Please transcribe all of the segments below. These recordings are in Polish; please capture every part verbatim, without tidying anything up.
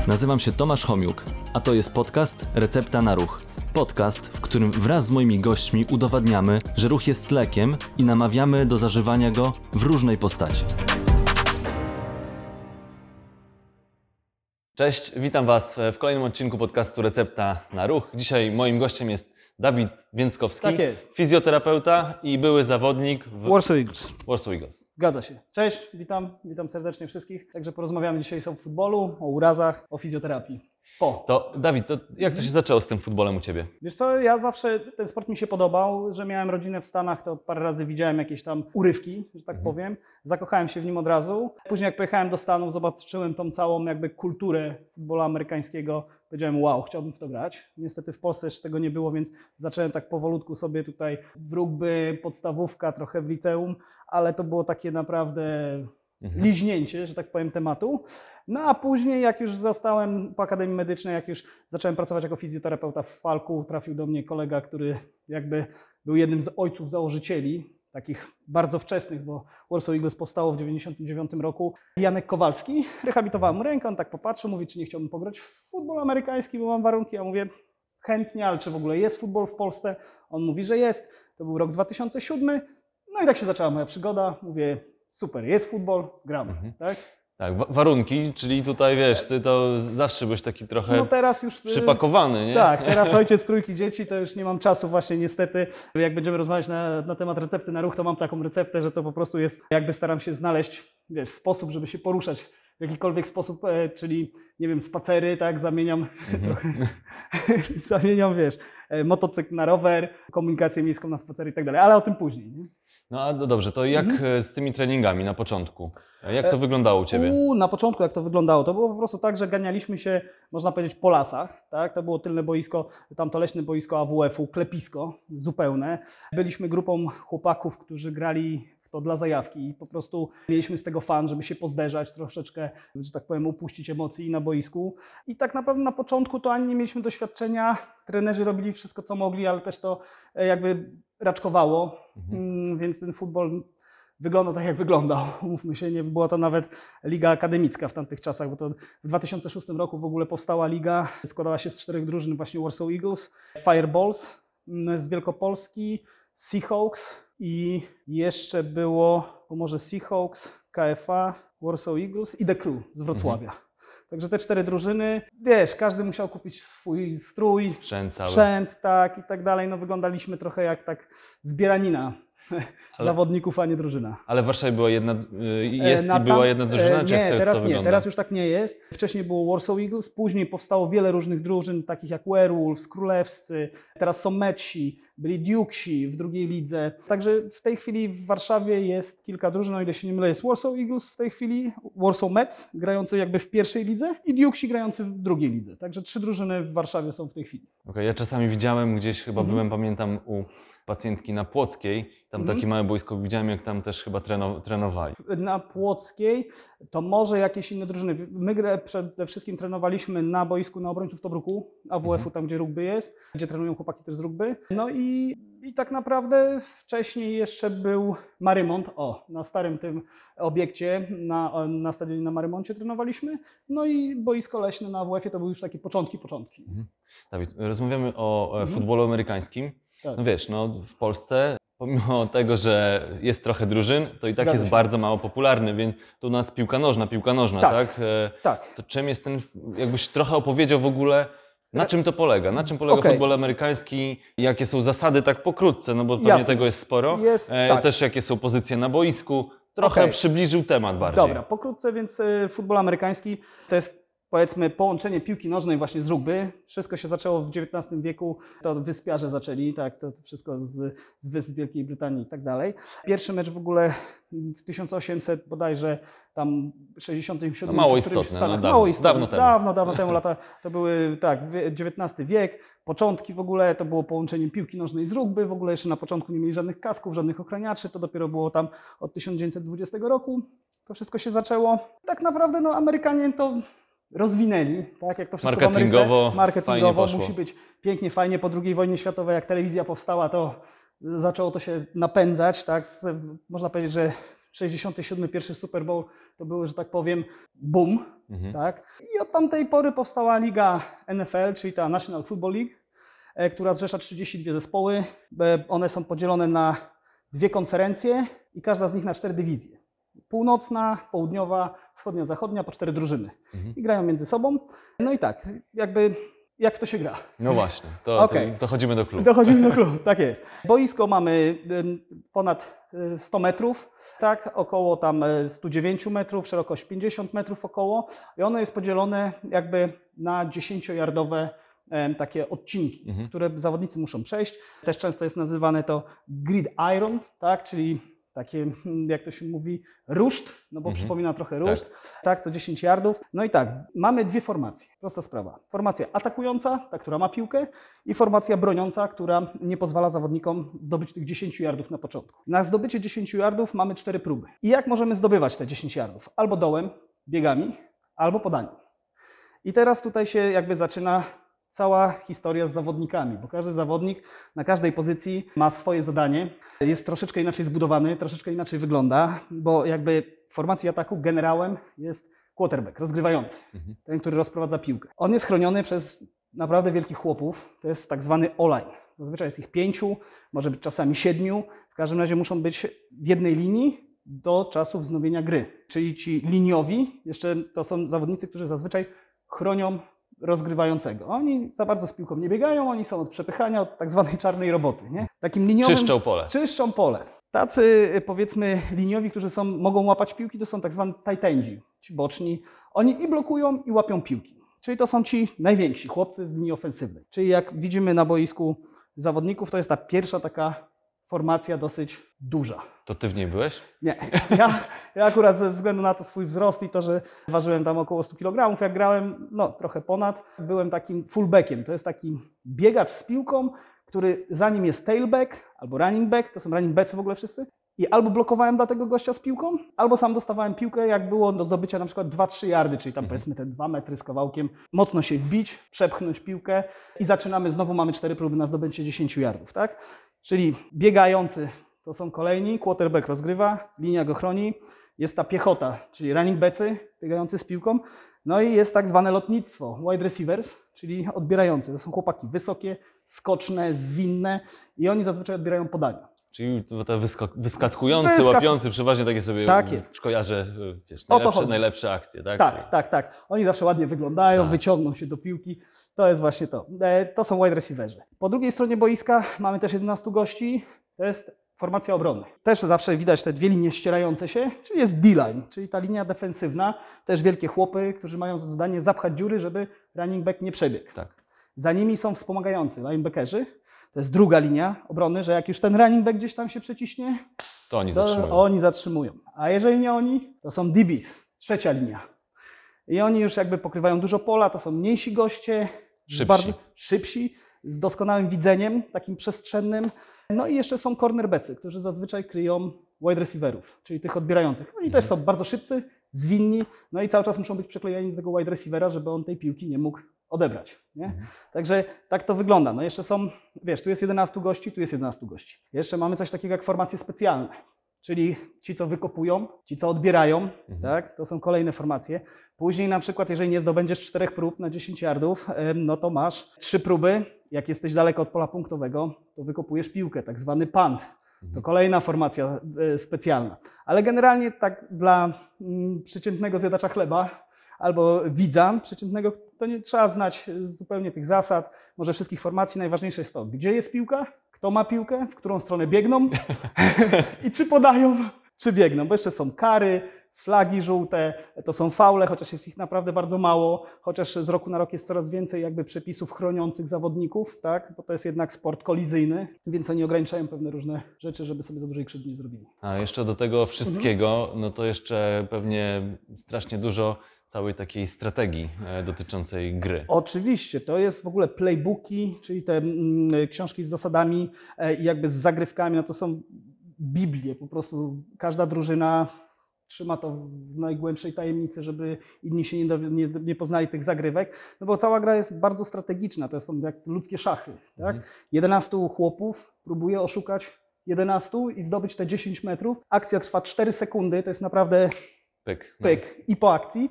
Nazywam się Tomasz Homiuk, a to jest podcast Recepta na Ruch. Podcast, w którym wraz z moimi gośćmi udowadniamy, że ruch jest lekiem i namawiamy do zażywania go w różnej postaci. Cześć, witam Was w kolejnym odcinku podcastu Recepta na Ruch. Dzisiaj moim gościem jest Dawid Więckowski, Tak jest. Fizjoterapeuta i były zawodnik w Warsaw Eagles. Warsaw Eagles. Zgadza się. Cześć, witam, witam serdecznie wszystkich. Także porozmawiamy dzisiaj o futbolu, o urazach, o fizjoterapii. Po. To Dawid, to jak to się zaczęło z tym futbolem u Ciebie? Wiesz co, ja zawsze, ten sport mi się podobał, że miałem rodzinę w Stanach, to parę razy widziałem jakieś tam urywki, że tak Mhm. powiem. Zakochałem się w nim od razu. Później jak pojechałem do Stanów, zobaczyłem tą całą jakby kulturę futbolu amerykańskiego. Powiedziałem, wow, chciałbym w to grać. Niestety w Polsce jeszcze tego nie było, więc zacząłem tak powolutku sobie tutaj w rugby, podstawówka, trochę w liceum, ale to było takie naprawdę Mhm. liźnięcie, że tak powiem, tematu. No a później, jak już zostałem po Akademii Medycznej, jak już zacząłem pracować jako fizjoterapeuta w Falku, trafił do mnie kolega, który jakby był jednym z ojców założycieli, takich bardzo wczesnych, bo Warsaw Eagles powstało w dziewięćdziesiątym dziewiątym roku. Janek Kowalski, rehabilitowałem mu rękę, on tak popatrzył, mówi, czy nie chciałbym pograć w futbol amerykański, bo mam warunki. Ja mówię, chętnie, ale czy w ogóle jest futbol w Polsce? On mówi, że jest. To był rok dwa tysiące siódmy. No i tak się zaczęła moja przygoda. Mówię, super, jest futbol, gramy, Mhm. tak? Tak, wa- warunki, czyli tutaj wiesz, Ty to zawsze byłeś taki trochę No teraz już... y, przypakowany, nie? Tak, teraz ojciec trójki dzieci, to już nie mam czasu właśnie niestety. Jak będziemy rozmawiać na, na temat recepty na ruch, to mam taką receptę, że to po prostu jest, jakby staram się znaleźć, wiesz, sposób, żeby się poruszać w jakikolwiek sposób, e, czyli, nie wiem, spacery, tak, zamieniam trochę, zamieniam, wiesz, e, motocykl na rower, komunikację miejską na spacery i tak dalej, ale o tym później, nie? No a no dobrze, to jak Mhm. e, z tymi treningami na początku? Jak to wyglądało u Ciebie? U, na początku jak to wyglądało, to było po prostu tak, że ganialiśmy się, można powiedzieć, po lasach, tak? To było tylne boisko, tamto leśne boisko A W F-u, klepisko zupełne. Byliśmy grupą chłopaków, którzy grali to dla zajawki i po prostu mieliśmy z tego fan, żeby się pozderzać, troszeczkę, że tak powiem, upuścić emocji na boisku. I tak naprawdę na początku to ani nie mieliśmy doświadczenia, trenerzy robili wszystko, co mogli, ale też to e, jakby raczkowało, Mhm. Mm, więc ten futbol wygląda tak, jak wyglądał. Mówmy się, nie była to nawet liga akademicka w tamtych czasach, bo to w dwa tysiące szóstym roku w ogóle powstała liga. Składała się z czterech drużyn, właśnie Warsaw Eagles, Fireballs mm, z Wielkopolski, Seahawks i jeszcze było, bo może Seahawks, K F A, Warsaw Eagles i The Crew z Wrocławia. Także te cztery drużyny, wiesz, każdy musiał kupić swój strój, Sprzęt cały. sprzęt, tak i tak dalej. No wyglądaliśmy trochę jak tak zbieranina Ale- zawodników, a nie drużyna. Ale w Warszawie była jedna, y, jest Na i była tam- jedna drużyna, e, czy jak Nie, to, teraz to nie, wygląda? teraz już tak nie jest. Wcześniej było Warsaw Eagles, później powstało wiele różnych drużyn, takich jak Werewolves, Królewscy, teraz są Metsi, byli Dukesi w drugiej lidze. Także w tej chwili w Warszawie jest kilka drużyn, o ile się nie mylę, jest Warsaw Eagles w tej chwili, Warsaw Mets grający jakby w pierwszej lidze i Dukesi grający w drugiej lidze. Także trzy drużyny w Warszawie są w tej chwili. Okej, ja czasami widziałem gdzieś, chyba Mhm. byłem, pamiętam, u pacjentki na Płockiej, tam Mhm. takie małe boisko, widziałem jak tam też chyba treno, trenowali. Na Płockiej to może jakieś inne drużyny. My grę przede wszystkim trenowaliśmy na boisku na Obrońców Tobruku, A W F-u, tam gdzie rugby jest, gdzie trenują chłopaki też z rugby. No i, i tak naprawdę wcześniej jeszcze był Marymont, o, na starym tym obiekcie, na, na stadionie na Marymoncie trenowaliśmy. No i boisko leśne na A W F-ie to były już takie początki, początki. Dawid, rozmawiamy o e, Mhm. futbolu amerykańskim. Tak. No wiesz, no w Polsce, pomimo tego, że jest trochę drużyn, to i tak Zgadza jest się. bardzo mało popularny, więc tu u nas piłka nożna, piłka nożna, tak? Tak. E, Tak. To czym jest ten, jakbyś trochę opowiedział w ogóle, na czym to polega? Na czym polega Okej. futbol amerykański? Jakie są zasady tak pokrótce, no bo pewnie Jasne. tego jest sporo. Jest, E, tak. Też jakie są pozycje na boisku. Trochę Okej. przybliżył temat bardziej. Dobra, pokrótce więc y, futbol amerykański to jest, powiedzmy, połączenie piłki nożnej właśnie z rugby. Wszystko się zaczęło w dziewiętnastym wieku, to wyspiarze zaczęli, tak, to wszystko z, z Wysp Wielkiej Brytanii i tak dalej. Pierwszy mecz w ogóle w tysiąc osiemset bodajże tam sześćdziesiątym siódmym No mało czy którymś w istotne, Stanach. no dawno- mało istotne. dawno temu. Dawno, dawno temu lata, to były, tak, wie- dziewiętnasty wiek, początki w ogóle, to było połączenie piłki nożnej z rugby, w ogóle jeszcze na początku nie mieli żadnych kasków, żadnych ochraniaczy, to dopiero było tam od tysiąc dziewięćset dwudziestego roku. To wszystko się zaczęło. Tak naprawdę no, Amerykanie to rozwinęli, tak jak to wszystko Marketingowo w Ameryce. fajnie Marketingowo poszło. musi być pięknie, fajnie. Po drugiej wojnie światowej, jak telewizja powstała, to zaczęło to się napędzać, tak? Z, można powiedzieć, że sześćdziesiąty siódmy pierwszy Super Bowl to był, że tak powiem, boom. Mhm. Tak? I od tamtej pory powstała liga N F L, czyli ta National Football League, e, która zrzesza trzydzieści dwie zespoły. E, one są podzielone na dwie konferencje i każda z nich na cztery dywizje. Północna, południowa, wschodnia, zachodnia, po cztery drużyny. Mhm. I grają między sobą. No i tak, jakby jak w to się gra? No właśnie, to, Okej. to dochodzimy do klubu. Dochodzimy do klubu, tak jest. Boisko mamy ym, ponad y, sto metrów, tak, około tam y, sto dziewięć metrów, szerokość pięćdziesiąt metrów około i ono jest podzielone jakby na dziesięciojardowe em, takie odcinki, Mhm. które zawodnicy muszą przejść. Też często jest nazywane to gridiron, tak, czyli takie, hmm, jak to się mówi, ruszt, no bo Mhm. przypomina trochę ruszt, tak. co dziesięć yardów. No i tak, mamy dwie formacje, prosta sprawa. Formacja atakująca, ta, która ma piłkę i formacja broniąca, która nie pozwala zawodnikom zdobyć tych dziesięć yardów na początku. Na zdobycie dziesięć yardów mamy cztery próby. I jak możemy zdobywać te dziesięć yardów? Albo dołem, biegami, albo podaniem. I teraz tutaj się jakby zaczyna cała historia z zawodnikami, bo każdy zawodnik na każdej pozycji ma swoje zadanie. Jest troszeczkę inaczej zbudowany, troszeczkę inaczej wygląda, bo jakby w formacji ataku generałem jest quarterback, rozgrywający, Mhm. ten, który rozprowadza piłkę. On jest chroniony przez naprawdę wielkich chłopów, to jest tak zwany O-line. Zazwyczaj jest ich pięciu, może być czasami siedmiu, w każdym razie muszą być w jednej linii do czasu wznowienia gry. Czyli ci liniowi, jeszcze to są zawodnicy, którzy zazwyczaj chronią rozgrywającego. Oni za bardzo z piłką nie biegają, oni są od przepychania, od tak zwanej czarnej roboty. Nie? Takim liniowym... Czyszczą pole. Czyszczą pole. Tacy, powiedzmy, liniowi, którzy są, mogą łapać piłki, to są tak zwani tight endzi, ci boczni. Oni i blokują, i łapią piłki. Czyli to są ci najwięksi chłopcy z linii ofensywnej. Czyli jak widzimy na boisku zawodników, to jest ta pierwsza taka formacja dosyć duża. To ty w niej byłeś? Nie, ja, ja akurat ze względu na to swój wzrost i to, że ważyłem tam około sto kilogramów, jak grałem, no trochę ponad, byłem takim fullbackiem. To jest taki biegacz z piłką, który za nim jest tailback albo running back, to są running backs w ogóle wszyscy. I albo blokowałem dla tego gościa z piłką, albo sam dostawałem piłkę, jak było do zdobycia na przykład dwa trzy yardy, czyli tam Mhm. powiedzmy te dwa metry z kawałkiem, mocno się wbić, przepchnąć piłkę i zaczynamy, znowu mamy cztery próby na zdobycie dziesięć yardów, tak? Czyli biegający to są kolejni, quarterback rozgrywa, linia go chroni, jest ta piechota, czyli running backsy biegający z piłką, no i jest tak zwane lotnictwo, wide receivers, czyli odbierający. To są chłopaki wysokie, skoczne, zwinne i oni zazwyczaj odbierają podania. Czyli te wysko- wyskatkujący, Wyskak- łapiący, przeważnie takie sobie Tak jest. kojarzę, wiesz, O to najlepsze, chodzi. najlepsze akcje, tak? Tak, tak, tak. Oni zawsze ładnie wyglądają, Tak. wyciągną się do piłki. To jest właśnie to. E, To są wide receiverzy. Po drugiej stronie boiska mamy też jedenastu gości. To jest formacja obrony. Też zawsze widać te dwie linie ścierające się, czyli jest D-line, czyli ta linia defensywna. Też wielkie chłopy, którzy mają za zadanie zapchać dziury, żeby running back nie przebiegł. Tak. Za nimi są wspomagający linebackerzy. To jest druga linia obrony, że jak już ten running back gdzieś tam się przeciśnie, To oni to zatrzymują. oni zatrzymują. A jeżeli nie oni, to są D Bs, trzecia linia. I oni już jakby pokrywają dużo pola, to są mniejsi goście, Szybsi. bardzo szybsi, z doskonałym widzeniem, takim przestrzennym. No i jeszcze są cornerbacksy, którzy zazwyczaj kryją wide receiverów, czyli tych odbierających. Oni też są bardzo szybcy, zwinni, no i cały czas muszą być przyklejeni do tego wide receivera, żeby on tej piłki nie mógł odebrać. Nie? Mhm. Także tak to wygląda. No jeszcze są, wiesz, tu jest jedenastu gości, tu jest jedenastu gości. Jeszcze mamy coś takiego jak formacje specjalne, czyli ci, co wykopują, ci, co odbierają, Mhm. tak? To są kolejne formacje. Później na przykład, jeżeli nie zdobędziesz czterech prób na dziesięć yardów, em, no to masz trzy próby. Jak jesteś daleko od pola punktowego, to wykopujesz piłkę, tak zwany punt. To kolejna formacja e, specjalna. Ale generalnie tak dla mm, przeciętnego zjadacza chleba albo widza przeciętnego, to nie trzeba znać zupełnie tych zasad, może wszystkich formacji. Najważniejsze jest to, gdzie jest piłka, kto ma piłkę, w którą stronę biegną i czy podają, czy biegną. Bo jeszcze są kary, flagi żółte, to są faule, chociaż jest ich naprawdę bardzo mało, chociaż z roku na rok jest coraz więcej jakby przepisów chroniących zawodników, tak? Bo to jest jednak sport kolizyjny, więc oni ograniczają pewne różne rzeczy, żeby sobie za dużej krzywdy nie zrobili. A jeszcze do tego wszystkiego, no to jeszcze pewnie strasznie dużo całej takiej strategii e, dotyczącej gry. Oczywiście, to jest w ogóle playbooki, czyli te mm, książki z zasadami e, i jakby z zagrywkami, no to są Biblie, po prostu każda drużyna trzyma to w najgłębszej tajemnicy, żeby inni się nie, dowi- nie, nie poznali tych zagrywek, no bo cała gra jest bardzo strategiczna, to są jak ludzkie szachy, tak? Mhm. jedenastu chłopów próbuje oszukać jedenastu i zdobyć te dziesięć metrów. Akcja trwa cztery sekundy, to jest naprawdę Pyk. pyk i po akcji.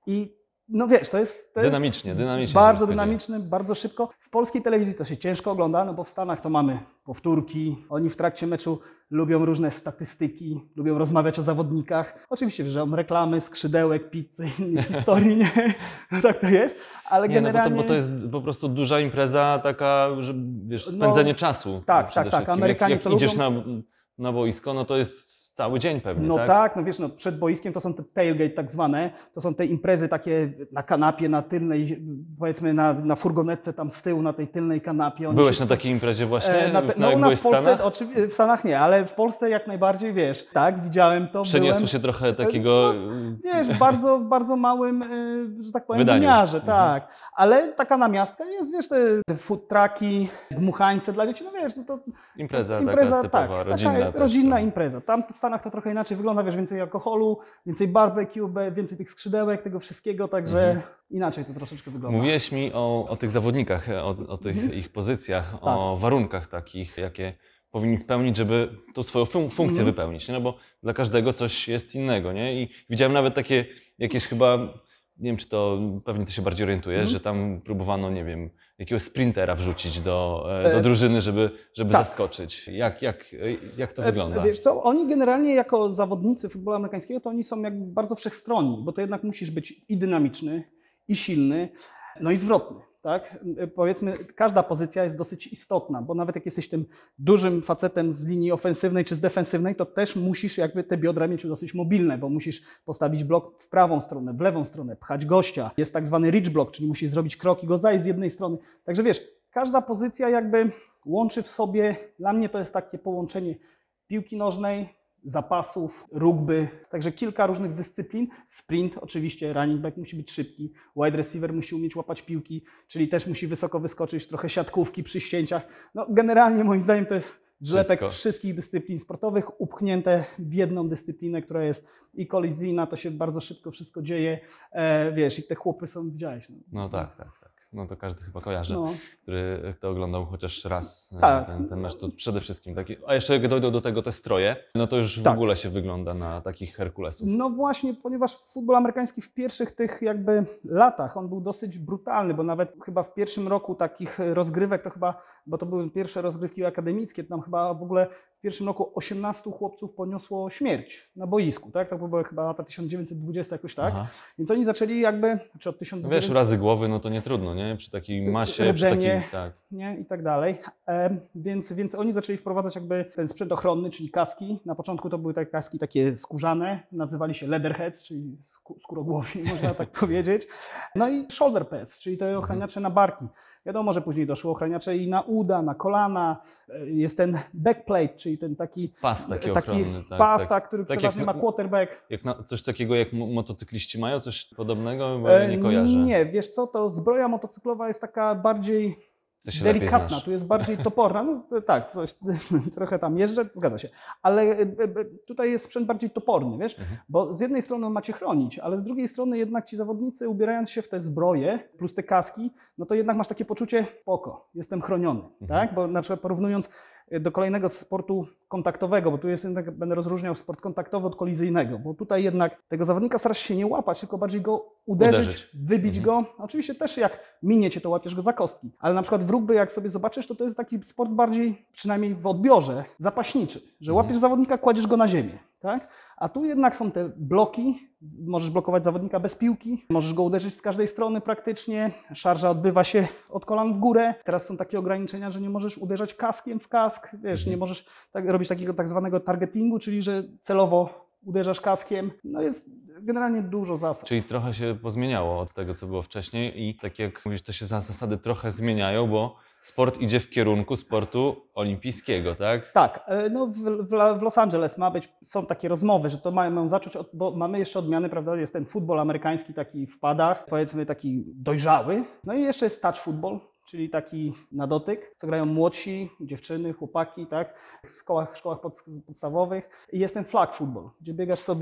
I no wiesz, to jest, to Dynamicznie, jest dynamicznie. bardzo się dynamiczny, bardzo szybko. W polskiej telewizji to się ciężko ogląda, no bo w Stanach to mamy powtórki. Oni w trakcie meczu lubią różne statystyki, lubią rozmawiać o zawodnikach. Oczywiście, że mam reklamy, skrzydełek, pizzy, innych historii, nie? No tak to jest, ale nie, generalnie... No bo, to, bo to jest po prostu duża impreza taka, że wiesz, spędzenie No, czasu. tak, przede tak, tak. wszystkim. Amerykanie jak, jak to idziesz lubią. na, na boisko, no to jest cały dzień pewnie, No tak? tak, no wiesz, no przed boiskiem to są te tailgate tak zwane, to są te imprezy takie na kanapie, na tylnej, powiedzmy na, na furgonetce tam z tyłu, na tej tylnej kanapie. Oni Byłeś się... na takiej imprezie właśnie? E, na te, na, no jak u nas byłeś w Polsce, Stanach? oczywiście w Stanach nie, ale w Polsce jak najbardziej, wiesz, tak, widziałem to, Przeniosło byłem, się trochę takiego... no, wiesz, w bardzo, w bardzo małym, y, że tak powiem, Wydaniu. wymiarze, Mhm. tak, ale taka namiastka jest, wiesz, te, te food trucki, dmuchańce dla dzieci, no wiesz, no to Impreza, impreza taka typowa, tak, rodzinna taka też, rodzinna tak. impreza. Tam w Stanach to trochę inaczej wygląda, wiesz, więcej alkoholu, więcej barbecue, więcej tych skrzydełek, tego wszystkiego, także Mhm. inaczej to troszeczkę wygląda. Mówiłeś mi o, o tych zawodnikach, o, o tych Mhm. ich pozycjach, o warunkach takich, jakie powinni spełnić, żeby tą swoją fun- funkcję Mhm. wypełnić, nie? No bo dla każdego coś jest innego, nie? I widziałem nawet takie jakieś chyba, nie wiem czy to, pewnie ty się bardziej orientujesz, Mhm. że tam próbowano, nie wiem, jakiegoś sprintera wrzucić do, e, do E, drużyny, żeby, żeby tak. zaskoczyć. Jak, jak, jak to E, wygląda? Wiesz co, oni generalnie jako zawodnicy futbolu amerykańskiego, to oni są jakby bardzo wszechstronni, bo to jednak musisz być i dynamiczny, i silny, no i zwrotny. Tak? E, Powiedzmy, każda pozycja jest dosyć istotna, bo nawet jak jesteś tym dużym facetem z linii ofensywnej czy z defensywnej, to też musisz jakby te biodra mieć dosyć mobilne, bo musisz postawić blok w prawą stronę, w lewą stronę, pchać gościa. Jest tak zwany reach block, czyli musisz zrobić krok i go zajść z jednej strony. Także wiesz, każda pozycja jakby łączy w sobie, dla mnie to jest takie połączenie piłki nożnej, zapasów, rugby, także kilka różnych dyscyplin. Sprint, oczywiście running back musi być szybki, wide receiver musi umieć łapać piłki, czyli też musi wysoko wyskoczyć, trochę siatkówki przy ścięciach. No, generalnie moim zdaniem to jest zlepek Wszystko. wszystkich dyscyplin sportowych, upchnięte w jedną dyscyplinę, która jest i kolizyjna, to się bardzo szybko wszystko dzieje, e, wiesz, i te chłopy są, widziałeś. No, No tak, tak, tak. No to każdy chyba kojarzy, No. który kto oglądał chociaż raz e, Tak. ten, ten mecz, to przede wszystkim taki. A jeszcze jak dojdą do tego te stroje, no to już w Tak. ogóle się wygląda na takich Herkulesów. No właśnie, ponieważ futbol amerykański w pierwszych tych jakby latach, on był dosyć brutalny, bo nawet chyba w pierwszym roku takich rozgrywek, to chyba, bo to były pierwsze rozgrywki akademickie, to tam chyba w ogóle w pierwszym roku osiemnastu chłopców poniosło śmierć na boisku, tak? To były chyba lata tysiąc dziewięćset dwudzieste jakoś tak. Aha. Więc oni zaczęli jakby, czy od tysiąc No dziewięćset... wiesz, razy głowy, no to nie trudno, nie? Przy takiej masie, przy Rdzenie. takim, tak. Nie, i tak dalej. E, więc, więc oni zaczęli wprowadzać jakby ten sprzęt ochronny, czyli kaski. Na początku to były te kaski takie skórzane, nazywali się leatherheads, czyli skó- skórogłowi, można tak powiedzieć. No i shoulder pads, czyli te ochraniacze na barki. Wiadomo, że później doszło ochraniacze i na uda, na kolana. E, Jest ten backplate, czyli ten taki, Pas taki taki ochronny, tak, pas, tak. tak, który Tak przeważnie jak- ma quarterback. Jak na, coś takiego jak mo- motocykliści mają, coś podobnego, bo ja nie E, kojarzę. Nie, wiesz co, to zbroja motocyklowa jest taka bardziej Ty się lepiej delikatna, znasz. tu jest bardziej toporna. No to tak, coś, trochę tam jeżdżę, zgadza się. Ale e, e, tutaj jest sprzęt bardziej toporny, wiesz? Mhm. Bo z jednej strony on ma cię chronić, ale z drugiej strony jednak ci zawodnicy, ubierając się w te zbroje plus te kaski, no to jednak masz takie poczucie, spoko, jestem chroniony, Mhm. tak? Bo na przykład porównując do kolejnego sportu kontaktowego, bo tu jest, jednak będę rozróżniał sport kontaktowy od kolizyjnego, bo tutaj jednak tego zawodnika starasz się nie łapać, tylko bardziej go uderzyć, Uderzyć. wybić Mhm. go. Oczywiście też jak minie cię, to łapiesz go za kostki, ale na przykład w rugby, jak sobie zobaczysz, to to jest taki sport bardziej, przynajmniej w odbiorze, zapaśniczy, że Mhm. łapiesz zawodnika, kładziesz go na ziemię, tak? A tu jednak są te bloki, możesz blokować zawodnika bez piłki, możesz go uderzyć z każdej strony praktycznie, szarża odbywa się od kolan w górę. Teraz są takie ograniczenia, że nie możesz uderzać kaskiem w kask, wiesz, Mhm. nie możesz tak, robić takiego tak zwanego targetingu, czyli że celowo uderzasz kaskiem. No jest generalnie dużo zasad. Czyli trochę się pozmieniało od tego, co było wcześniej i tak jak mówisz, te się zasady trochę zmieniają, bo sport idzie w kierunku sportu olimpijskiego, tak? Tak, e, no w, w, w Los Angeles ma być, są takie rozmowy, że to mają, mają zacząć, od, bo mamy jeszcze odmiany, prawda, jest ten futbol amerykański taki w padach, powiedzmy taki dojrzały, no i jeszcze jest touch football, czyli taki na dotyk, co grają młodsi, dziewczyny, chłopaki, tak, w szkołach, szkołach pod, podstawowych i jest ten flag football, gdzie biegasz sobie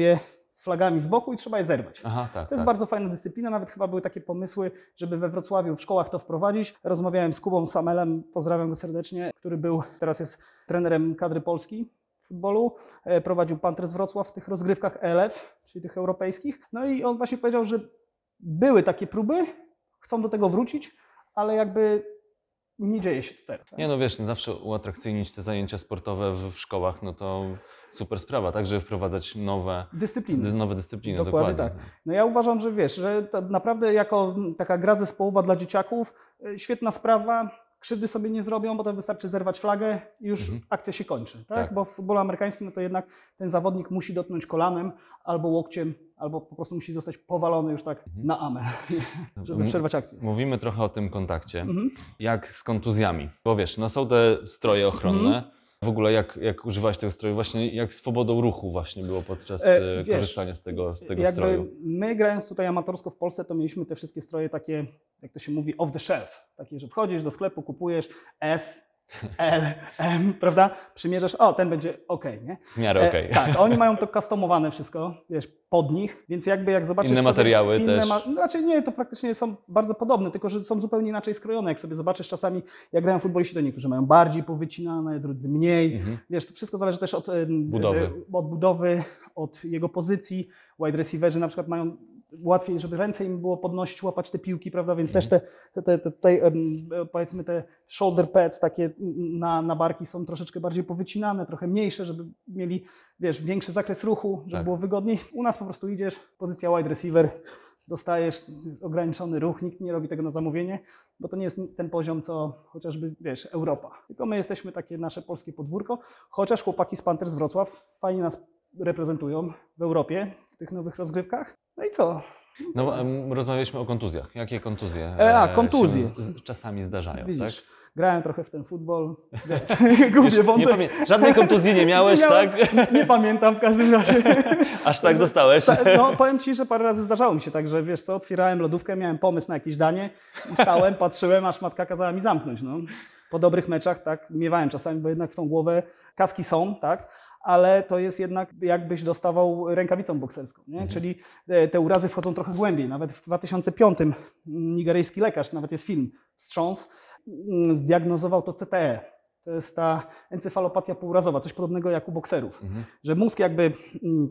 z flagami z boku i trzeba je zerwać. Aha, tak, To jest tak. bardzo fajna dyscyplina, nawet chyba były takie pomysły, żeby we Wrocławiu w szkołach to wprowadzić. Rozmawiałem z Kubą Samelem, pozdrawiam go serdecznie, który był, teraz jest trenerem kadry Polski w futbolu. E, Prowadził Panthers Wrocław w tych rozgrywkach E L F, czyli tych europejskich. No i on właśnie powiedział, że były takie próby, chcą do tego wrócić, ale jakby nie dzieje się to teraz. Tak? Nie no wiesz, no zawsze uatrakcyjnić te zajęcia sportowe w, w szkołach, no to super sprawa, tak, żeby wprowadzać nowe Dyscypliny. dy- nowe dyscypliny. Dokładnie Dokładnie, tak. No ja uważam, że wiesz, że to naprawdę jako taka gra zespołowa dla dzieciaków, y, świetna sprawa, krzywdy sobie nie zrobią, bo to wystarczy zerwać flagę i już Mhm. akcja się kończy. Tak? Tak. Bo w futbolu amerykańskim no to jednak ten zawodnik musi dotknąć kolanem albo łokciem, albo po prostu musi zostać powalony już tak Mhm. na amen, żeby M- przerwać akcję. Mówimy trochę o tym kontakcie. Mhm. Jak z kontuzjami? Bo wiesz, no są te stroje ochronne. Mhm. W ogóle jak, jak używałeś tego stroju? Właśnie jak swobodą ruchu właśnie było podczas E, e, wiesz, korzystania z tego, z tego Jakby stroju? my grając tutaj amatorsko w Polsce, to mieliśmy te wszystkie stroje takie, jak to się mówi, off the shelf. Takie, że wchodzisz do sklepu, kupujesz S, L, M, prawda? Przymierzasz, o, ten będzie ok, nie? W miarę okej. E, tak, oni mają to customowane wszystko, wiesz, pod nich, więc jakby jak zobaczysz Inne sobie materiały inne też. Ma, no raczej nie, to praktycznie są bardzo podobne, tylko że są zupełnie inaczej skrojone. Jak sobie zobaczysz czasami, jak grają futboliści, to niektórzy mają bardziej powycinane, drudzy mniej. Mhm. Wiesz, to wszystko zależy też od em, Budowy. e, od budowy, od jego pozycji. Wide receiverzy na przykład mają łatwiej, żeby ręce im było podnosić, łapać te piłki, prawda? Więc też te, te, te, te tutaj em, powiedzmy te shoulder pads takie na, na barki są troszeczkę bardziej powycinane, trochę mniejsze, żeby mieli, wiesz, większy zakres ruchu, żeby Tak. było wygodniej. U nas po prostu idziesz, pozycja wide receiver, dostajesz ograniczony ruch, nikt nie robi tego na zamówienie, bo to nie jest ten poziom, co chociażby, wiesz, Europa. Tylko my jesteśmy takie nasze polskie podwórko, chociaż chłopaki z Panthers Wrocław fajnie nas reprezentują w Europie w tych nowych rozgrywkach. No i co? No, em, rozmawialiśmy o kontuzjach. Jakie kontuzje E, a, e, kontuzje. się z, z, czasami zdarzają, Widzisz, tak? grałem trochę w ten futbol, wiesz, gubię Wiesz, nie wątek. pamię- żadnej kontuzji nie miałeś, Nie miałem- tak? Nie pamiętam w każdym razie. Aż tak dostałeś? Ta- No, powiem Ci, że parę razy zdarzało mi się tak, że wiesz co, otwierałem lodówkę, miałem pomysł na jakieś danie i stałem, patrzyłem, aż matka kazała mi zamknąć. No. Po dobrych meczach, tak, miewałem czasami, bo jednak w tą głowę kaski są, tak, ale to jest jednak jakbyś dostawał rękawicą bokserską, nie? Mhm. Czyli e, te urazy wchodzą trochę głębiej. Nawet w dwa tysiące piątym nigeryjski lekarz, nawet jest film, wstrząs, mm, zdiagnozował to C T E. To jest ta encefalopatia półurazowa, coś podobnego jak u bokserów. Mhm. Że mózg jakby mm,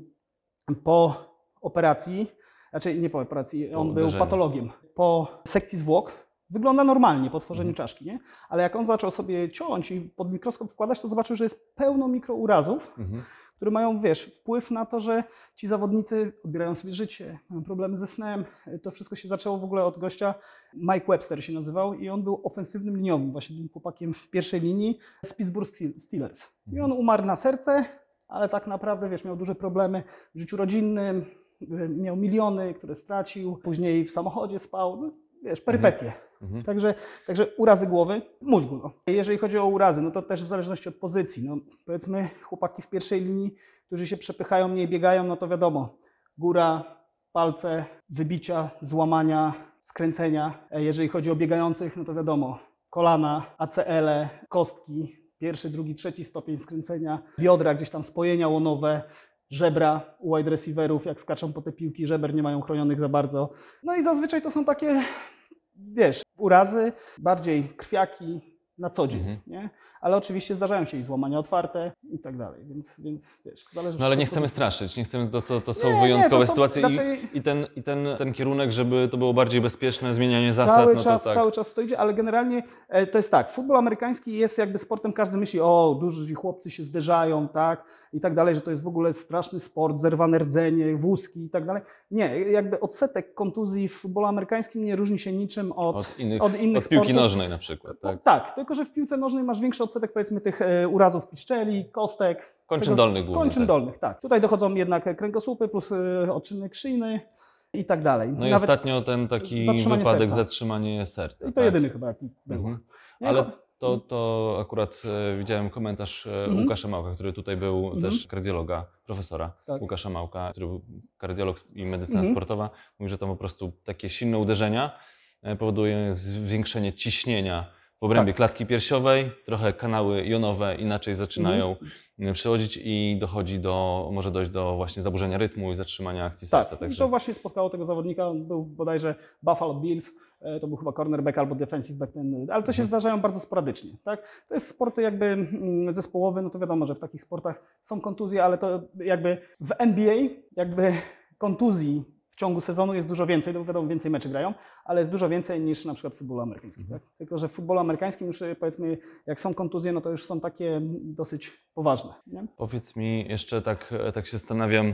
po operacji, znaczy nie po operacji, Po on był uderzeniu. patologiem, po sekcji zwłok wygląda normalnie po tworzeniu Mhm. czaszki, nie? Ale jak on zaczął sobie ciąć i pod mikroskop wkładać, to zobaczył, że jest pełno mikrourazów, Mhm. które mają, wiesz, wpływ na to, że ci zawodnicy odbierają sobie życie, mają problemy ze snem. To wszystko się zaczęło w ogóle od gościa, Mike Webster się nazywał i on był ofensywnym liniowym, właśnie tym chłopakiem w pierwszej linii z Pittsburgh Steelers. I on umarł na serce, ale tak naprawdę, wiesz, miał duże problemy w życiu rodzinnym, miał miliony, które stracił, później w samochodzie spał, no, wiesz, perypetie. Mhm. Także, także urazy głowy, mózgu. No. Jeżeli chodzi o urazy, no to też w zależności od pozycji. No, powiedzmy chłopaki w pierwszej linii, którzy się przepychają, mniej biegają, no to wiadomo, góra, palce, wybicia, złamania, skręcenia. E, Jeżeli chodzi o biegających, no to wiadomo, kolana, A C L, kostki, pierwszy, drugi, trzeci stopień skręcenia, biodra, gdzieś tam spojenia łonowe, żebra u wide receiverów, jak skaczą po te piłki, żeber nie mają chronionych za bardzo. No i zazwyczaj to są takie, wiesz, urazy, bardziej krwiaki na co dzień, Mhm. nie? Ale oczywiście zdarzają się i złamania otwarte i tak dalej, więc, więc wiesz, zależy No ale wszystko nie od chcemy pozycji. straszyć, nie chcemy, to, to, to są Nie, nie, wyjątkowe to są sytuacje raczej- i, i, ten, i ten, ten kierunek, żeby to było bardziej bezpieczne, zmienianie zasad, Cały no czas, to tak. cały czas to idzie, ale generalnie e, to jest tak, futbol amerykański jest jakby sportem, każdy myśli, o, duży chłopcy się zderzają, tak, i tak dalej, że to jest w ogóle straszny sport, zerwane rdzenie, wózki i tak dalej. Nie, jakby odsetek kontuzji w futbolu amerykańskim nie różni się niczym od, Od innych, od innych od piłki sportów. nożnej na przykład, tak? Tak. tak, tylko że w piłce nożnej masz większy odsetek, powiedzmy, tych e, urazów piszczeli, kostek. Kończyn tego- dolnych głównie. Kończyn tak. dolnych, tak. Tutaj dochodzą jednak kręgosłupy plus e, odczynek szyjny i tak dalej. No i ostatnio ten taki zatrzymanie wypadek, serca. zatrzymanie serca. I to tak? jedyny chyba jaki był. Mhm. Nie, Ale cho- to, to akurat e, widziałem komentarz e, Mhm. Łukasza Małka, który tutaj był Mhm. też kardiologa, profesora Tak. Łukasza Małka, który był kardiolog i medycyna Mhm. sportowa. Mówi, że to po prostu takie silne uderzenia e, powodują zwiększenie ciśnienia w obrębie Tak. klatki piersiowej, trochę kanały jonowe inaczej zaczynają Mhm. przechodzić i dochodzi do, może dojść do właśnie zaburzenia rytmu i zatrzymania akcji Tak, serca. i Także to właśnie spotkało tego zawodnika, on był bodajże Buffalo Bills, e, to był chyba cornerback albo defensive back, ten, ale to się Mhm. zdarzają bardzo sporadycznie. Tak? To jest sporty jakby mm, zespołowe, no to wiadomo, że w takich sportach są kontuzje, ale to jakby w N B A jakby kontuzji w ciągu sezonu jest dużo więcej, no bo wiadomo, więcej meczy grają, ale jest dużo więcej niż na przykład w futbolu amerykańskim. Tak? Tylko że w futbolu amerykańskim już powiedzmy, jak są kontuzje, no to już są takie dosyć poważne. Nie? powiedz mi jeszcze tak, tak się zastanawiam,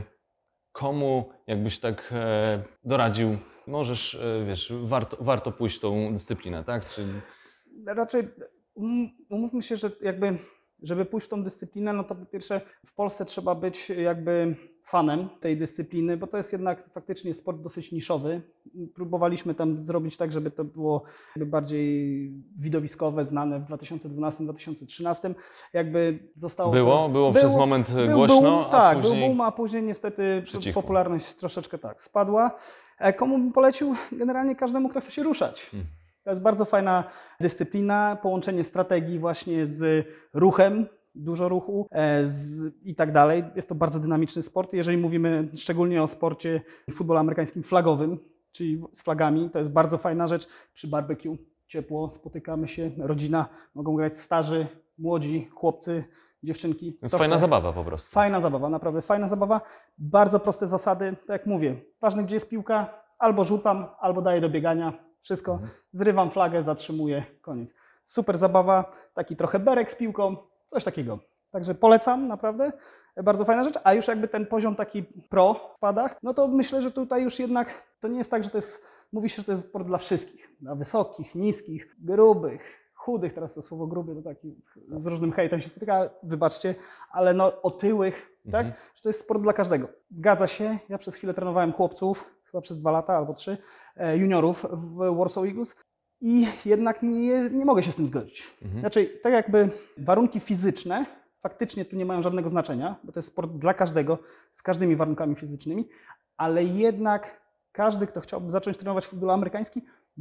komu jakbyś tak e, doradził, możesz, e, wiesz, warto, warto pójść w tą dyscyplinę, tak? Czy... Raczej um- umówmy się, że jakby, żeby pójść w tą dyscyplinę, no to po pierwsze w Polsce trzeba być jakby fanem tej dyscypliny, bo to jest jednak faktycznie sport dosyć niszowy. Próbowaliśmy tam zrobić tak, żeby to było jakby bardziej widowiskowe, znane w dwa tysiące dwunastym dwa tysiące trzynastym. Jakby zostało Było? to, Było przez moment był głośno, boom, a tak, później był boom, a później niestety przycichło. popularność troszeczkę tak spadła. E, Komu bym polecił? Generalnie każdemu, kto chce się ruszać. Hmm. To jest bardzo fajna dyscyplina, połączenie strategii właśnie z ruchem, dużo ruchu e, z, i tak dalej. Jest to bardzo dynamiczny sport. Jeżeli mówimy szczególnie o sporcie futbolu amerykańskim flagowym, czyli w- z flagami, to jest bardzo fajna rzecz. Przy barbecue ciepło, spotykamy się, rodzina, mogą grać starzy, młodzi, chłopcy, dziewczynki. To jest kto fajna chce. zabawa po prostu. Fajna zabawa, naprawdę fajna zabawa. Bardzo proste zasady, tak jak mówię. Ważne, gdzie jest piłka, albo rzucam, albo daję do biegania. Wszystko. Mhm. Zrywam flagę, zatrzymuję, koniec. Super zabawa, taki trochę berek z piłką, coś takiego. Także polecam, naprawdę. Bardzo fajna rzecz. A już jakby ten poziom taki pro w padach, no to myślę, że tutaj już jednak to nie jest tak, że to jest, mówi się, że to jest sport dla wszystkich. Dla wysokich, niskich, grubych, chudych. Teraz to słowo gruby to taki z różnym hejtem się spotyka, wybaczcie, ale no otyłych, tak? Mhm. Że to jest sport dla każdego. Zgadza się. Ja przez chwilę trenowałem chłopców, chyba przez dwa lata albo trzy, e, juniorów w Warsaw Eagles i jednak nie, nie mogę się z tym zgodzić. Mhm. Znaczy, tak jakby warunki fizyczne faktycznie tu nie mają żadnego znaczenia, bo to jest sport dla każdego, z każdymi warunkami fizycznymi, ale jednak każdy, kto chciałby zacząć trenować futbol amerykański,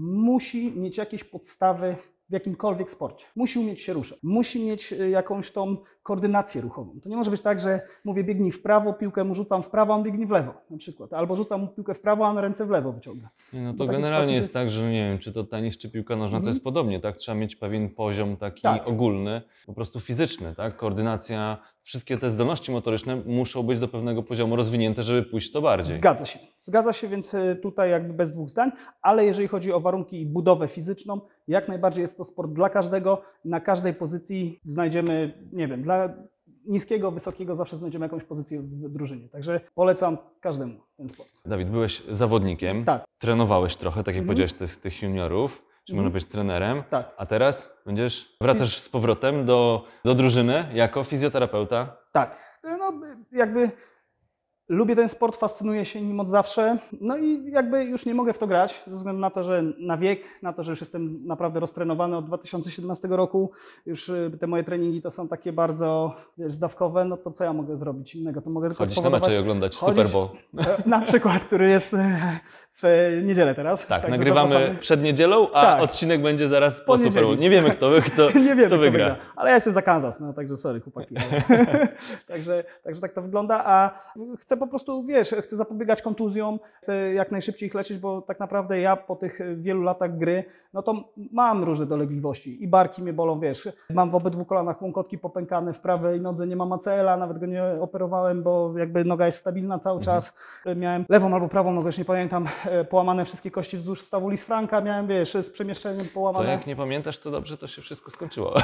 musi mieć jakieś podstawy w jakimkolwiek sporcie. Musi umieć się ruszać. Musi mieć y, jakąś tą koordynację ruchową. To nie może być tak, że mówię biegnij w prawo, piłkę mu rzucam w prawo, a on biegnie w lewo na przykład. Albo rzucam mu piłkę w prawo, a on ręce w lewo wyciąga. Nie, no Bo to taki generalnie przypadek, jest tak, że nie wiem, czy to tenis, czy piłka nożna, Mhm. to jest podobnie, tak? Trzeba mieć pewien poziom taki Tak. ogólny, po prostu fizyczny, tak? Koordynacja, wszystkie te zdolności motoryczne muszą być do pewnego poziomu rozwinięte, żeby pójść w to bardziej. Zgadza się. Zgadza się, więc y, tutaj jakby bez dwóch zdań, ale jeżeli chodzi o warunki i budowę fizyczną, jak najbardziej jest to sport dla każdego. Na każdej pozycji znajdziemy, nie wiem, dla niskiego, wysokiego zawsze znajdziemy jakąś pozycję w drużynie. Także polecam każdemu ten sport. Dawid, byłeś zawodnikiem, Tak. trenowałeś trochę, tak jak Mhm. powiedziałeś, tych, tych juniorów, czy Mhm. można być trenerem, Tak. a teraz będziesz, wracasz z powrotem do, do drużyny jako fizjoterapeuta. Tak, no jakby lubię ten sport, fascynuję się nim od zawsze, no i jakby już nie mogę w to grać, ze względu na to, że na wiek, na to, że już jestem naprawdę roztrenowany od dwa tysiące siedemnastego roku, już y, te moje treningi to są takie bardzo, wiesz, zdawkowe, no to co ja mogę zrobić innego, to mogę tylko Chodzić na spowodować... mecze i oglądać chodzić- Super Bowl. e, Na przykład, który jest e, w niedzielę teraz. Tak, Także nagrywamy zapraszamy. przed niedzielą, a Tak. odcinek będzie zaraz po Poniedziałek. Super Bowl. Nie wiemy, kto, kto, Nie wiemy, kto wygra. ale ja jestem za Kansas, no także sorry chłopaki. Ale... także, także tak to wygląda, a chcę po prostu, wiesz, chcę zapobiegać kontuzjom, chcę jak najszybciej ich leczyć, bo tak naprawdę ja po tych wielu latach gry, no to mam różne dolegliwości i barki mnie bolą, wiesz, mam w obydwu kolanach łąkotki popękane, w prawej nodze nie mam A C L-a, nawet go nie operowałem, bo jakby noga jest stabilna cały Mhm. czas. Miałem lewą albo prawą nogę, już nie pamiętam, e, połamane wszystkie kości wzdłuż stawu Lisfranka, miałem, wiesz, z przemieszczeniem To połamane. jak nie pamiętasz, to dobrze, to się wszystko skończyło.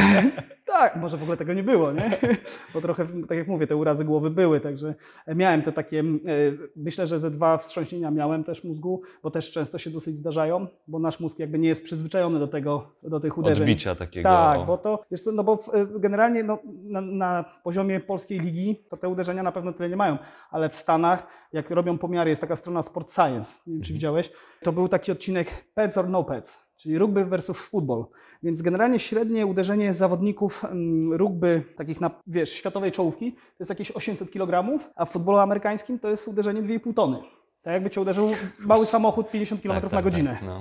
Tak, może w ogóle tego nie było, nie? Bo trochę, tak jak mówię, te urazy głowy były, także miałem te takie, e, myślę, że ze dwa wstrząśnienia miałem też mózgu, bo też często się dosyć zdarzają, bo nasz mózg jakby nie jest przyzwyczajony do tego, do tych uderzeń. Odbicia takiego. Tak, bo to, wiesz co, no bo w, generalnie no, na, na poziomie polskiej ligi to te uderzenia na pewno tyle nie mają, ale w Stanach, jak robią pomiary, jest taka strona Sport Science, nie wiem czy Mhm. widziałeś, to był taki odcinek Pets or No Pets, czyli rugby versus football. Więc generalnie średnie uderzenie zawodników mm, rugby, takich na, wiesz, światowej czołówki, to jest jakieś osiemset kilogramów, a w futbolu amerykańskim to jest uderzenie dwie i pół tony. Tak jakby cię uderzył mały samochód pięćdziesiąt kilometrów tak, na tak, godzinę. Tak, no.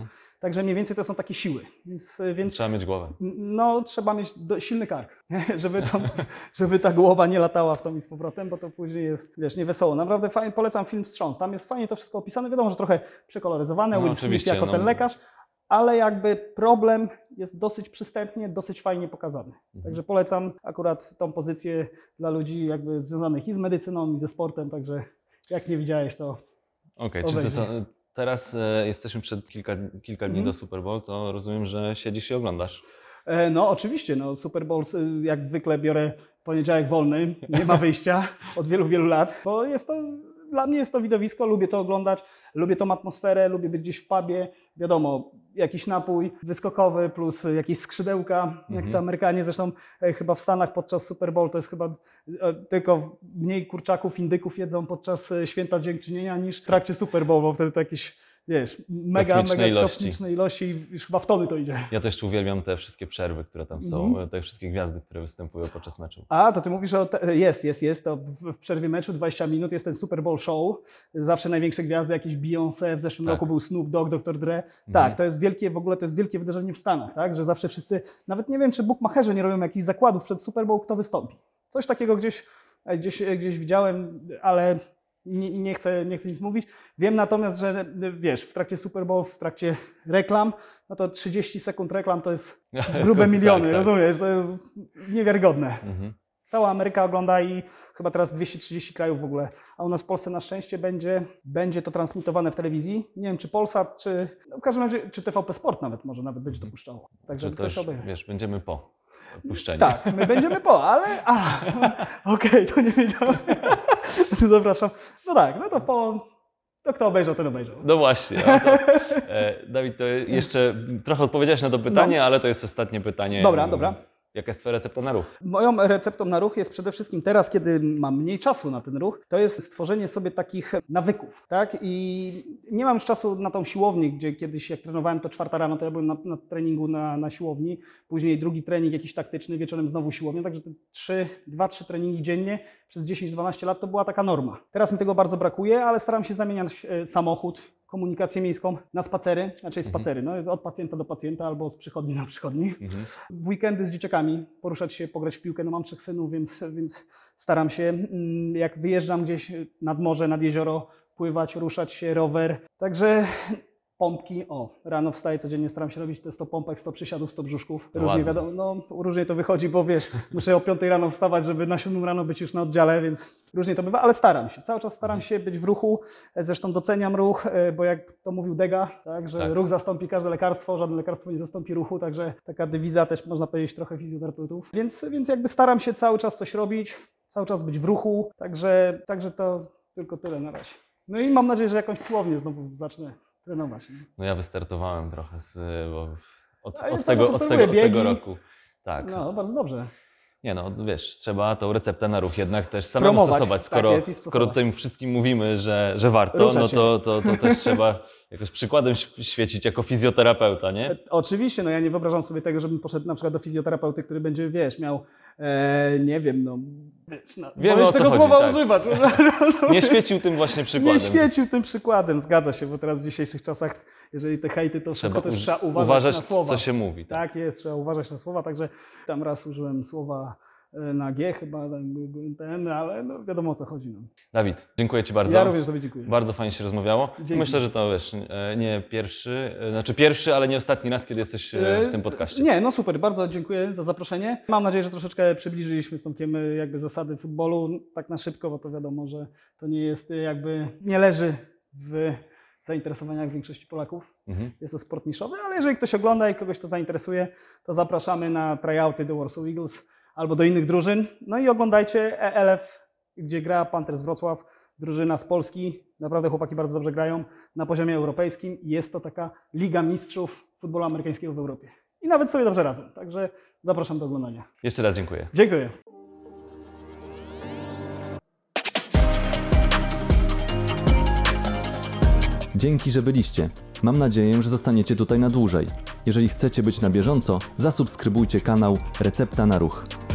Także mniej więcej to są takie siły. Więc, więc Trzeba mieć głowę. no, trzeba mieć do, silny kark, żeby, tam, żeby ta głowa nie latała w tą i z powrotem, bo to później jest, wiesz, niewesoło. Naprawdę fajnie, polecam film Wstrząs. Tam jest fajnie to wszystko opisane. Wiadomo, że trochę przekoloryzowane, No, Will Smith oczywiście, jako no. ten lekarz, ale jakby problem jest dosyć przystępnie, dosyć fajnie pokazany. Mhm. Także polecam akurat tą pozycję dla ludzi jakby związanych i z medycyną, i ze sportem, także jak nie widziałeś, to Okej, To czy to wejdzie. co? Teraz e, jesteśmy przed kilka, kilka dni Mhm. do Super Bowl, to rozumiem, że siedzisz i oglądasz. E, No oczywiście, no Super Bowl y, jak zwykle biorę poniedziałek wolny, nie ma wyjścia od wielu, wielu lat, bo jest to, dla mnie jest to widowisko, lubię to oglądać, lubię tą atmosferę, lubię być gdzieś w pubie, wiadomo, jakiś napój wyskokowy plus jakieś skrzydełka, jak Mhm. to Amerykanie, zresztą e, chyba w Stanach podczas Super Bowl to jest chyba e, tylko mniej kurczaków, indyków jedzą podczas e, święta dziękczynienia niż w trakcie Super Bowl, bo wtedy to jakieś, wiesz, mega, Kosmiczne mega ilości. kosmiczne ilości i już chyba w tony to idzie. Ja też uwielbiam te wszystkie przerwy, które tam są, Mhm. te wszystkie gwiazdy, które występują podczas meczu. A, to ty mówisz o... Te... Jest, jest, jest. To w, w przerwie meczu dwadzieścia minut jest ten Super Bowl show. Zawsze największe gwiazdy, jakieś Beyoncé, w zeszłym Tak. roku był Snoop Dogg, doktor Dre. Mhm. Tak, to jest wielkie, w ogóle to jest wielkie wydarzenie w Stanach, tak? Że zawsze wszyscy, nawet nie wiem, czy bookmacherzy nie robią jakichś zakładów przed Super Bowl, kto wystąpi. Coś takiego gdzieś, gdzieś, gdzieś widziałem, ale nie, nie, chcę, nie chcę nic mówić. Wiem natomiast, że wiesz, w trakcie Super Bowl, w trakcie reklam, no to trzydzieści sekund reklam to jest grube miliony, Tak, tak. rozumiesz? To jest niewiarygodne. Mhm. Cała Ameryka ogląda i chyba teraz dwieście trzydzieści krajów w ogóle, a u nas w Polsce na szczęście będzie, będzie to transmitowane w telewizji. Nie wiem, czy Polsat, czy no w każdym razie, czy T V P Sport nawet może nawet będzie to puszczało. Także Że to ktoś już, obejrzy. wiesz, będziemy po puszczeniu. Tak, my będziemy po, ale a, okej, to nie wiedziałem. To Zapraszam. No tak, no to po, to kto obejrzał, ten obejrzał. No właśnie. No to, e, Dawid, to jeszcze trochę odpowiedziałeś na to pytanie, ale to jest ostatnie pytanie. Dobra, dobra. Jaka jest twoja recepta na ruch? Moją receptą na ruch jest przede wszystkim teraz, kiedy mam mniej czasu na ten ruch, to jest stworzenie sobie takich nawyków, tak? I nie mam już czasu na tą siłownię, gdzie kiedyś jak trenowałem to czwarta rano, to ja byłem na, na treningu na, na siłowni, później drugi trening jakiś taktyczny, wieczorem znowu siłownia, także te trzy, dwa, trzy treningi dziennie przez dziesięć dwanaście lat to była taka norma. Teraz mi tego bardzo brakuje, ale staram się zamieniać e, samochód, komunikację miejską na spacery, znaczy spacery, no, od pacjenta do pacjenta albo z przychodni na przychodni. Mhm. W weekendy z dzieciakami poruszać się, pograć w piłkę, no mam trzech synów, więc, więc staram się, mm, jak wyjeżdżam gdzieś nad morze, nad jezioro, pływać, ruszać się, rower. Także pompki, o, rano wstaję, codziennie staram się robić te sto pompek, sto przysiadów, sto brzuszków. To Różnie ładnie. wiadomo, no różnie to wychodzi, bo wiesz, muszę o piątej rano wstawać, żeby na siódmą rano być już na oddziale, więc różnie to bywa, ale staram się, cały czas staram się być w ruchu, zresztą doceniam ruch, e, bo jak to mówił Dega, tak, że Tak. ruch zastąpi każde lekarstwo, żadne lekarstwo nie zastąpi ruchu, także taka dewiza też można powiedzieć trochę fizjoterapeutów, więc, więc jakby staram się cały czas coś robić, cały czas być w ruchu, także, także to tylko tyle na razie. No i mam nadzieję, że jakąś siłownię znowu zacznę trenować. No ja wystartowałem trochę z, bo od, A ja od, cały tego, czas od, obserwuję tego, od tego biegi. roku. Tak. No, bardzo dobrze. Nie no, wiesz, trzeba tą receptę na ruch jednak też samemu Promować, stosować. tak Skoro, jest, i stosować. skoro tym wszystkim mówimy, że, że warto, Ruszać no się. to, to, to też trzeba jakoś przykładem ś- świecić jako fizjoterapeuta, nie? E, Oczywiście, no ja nie wyobrażam sobie tego, żebym poszedł na przykład do fizjoterapeuty, który będzie, wiesz, miał, e, nie wiem, no, wiesz, no Wiemy, boję o się co tego chodzi, słowa tak. używać. Nie świecił tym właśnie przykładem. Nie świecił tym przykładem, zgadza się, bo teraz w dzisiejszych czasach, jeżeli te hejty, to wszystko też uż- trzeba uważać, uważać, na słowa. co się mówi. Tak. Tak jest, trzeba uważać na słowa, także tam raz użyłem słowa e, na G chyba, ten, ten, ale no, wiadomo o co chodzi. No. Dawid, dziękuję Ci bardzo. Ja również sobie dziękuję. Bardzo fajnie się rozmawiało. Dzięki. Myślę, że to wiesz, e, nie pierwszy, e, znaczy pierwszy, ale nie ostatni raz, kiedy jesteś e, w tym podcaście. Nie, no super, bardzo dziękuję za zaproszenie. Mam nadzieję, że troszeczkę przybliżyliśmy z Tomkiem jakby zasady futbolu tak na szybko, bo to wiadomo, że to nie jest jakby, nie leży w zainteresowaniach większości Polaków. Mhm. Jest to sport niszowy, ale jeżeli ktoś ogląda i kogoś to zainteresuje, to zapraszamy na tryouty do Warsaw Eagles albo do innych drużyn. No i oglądajcie E L F, gdzie gra Panthers Wrocław, drużyna z Polski. Naprawdę chłopaki bardzo dobrze grają na poziomie europejskim i jest to taka Liga Mistrzów futbolu amerykańskiego w Europie. I nawet sobie dobrze radzą, także zapraszam do oglądania. Jeszcze raz dziękuję. Dziękuję. Dzięki, że byliście. Mam nadzieję, że zostaniecie tutaj na dłużej. Jeżeli chcecie być na bieżąco, zasubskrybujcie kanał Recepta na Ruch.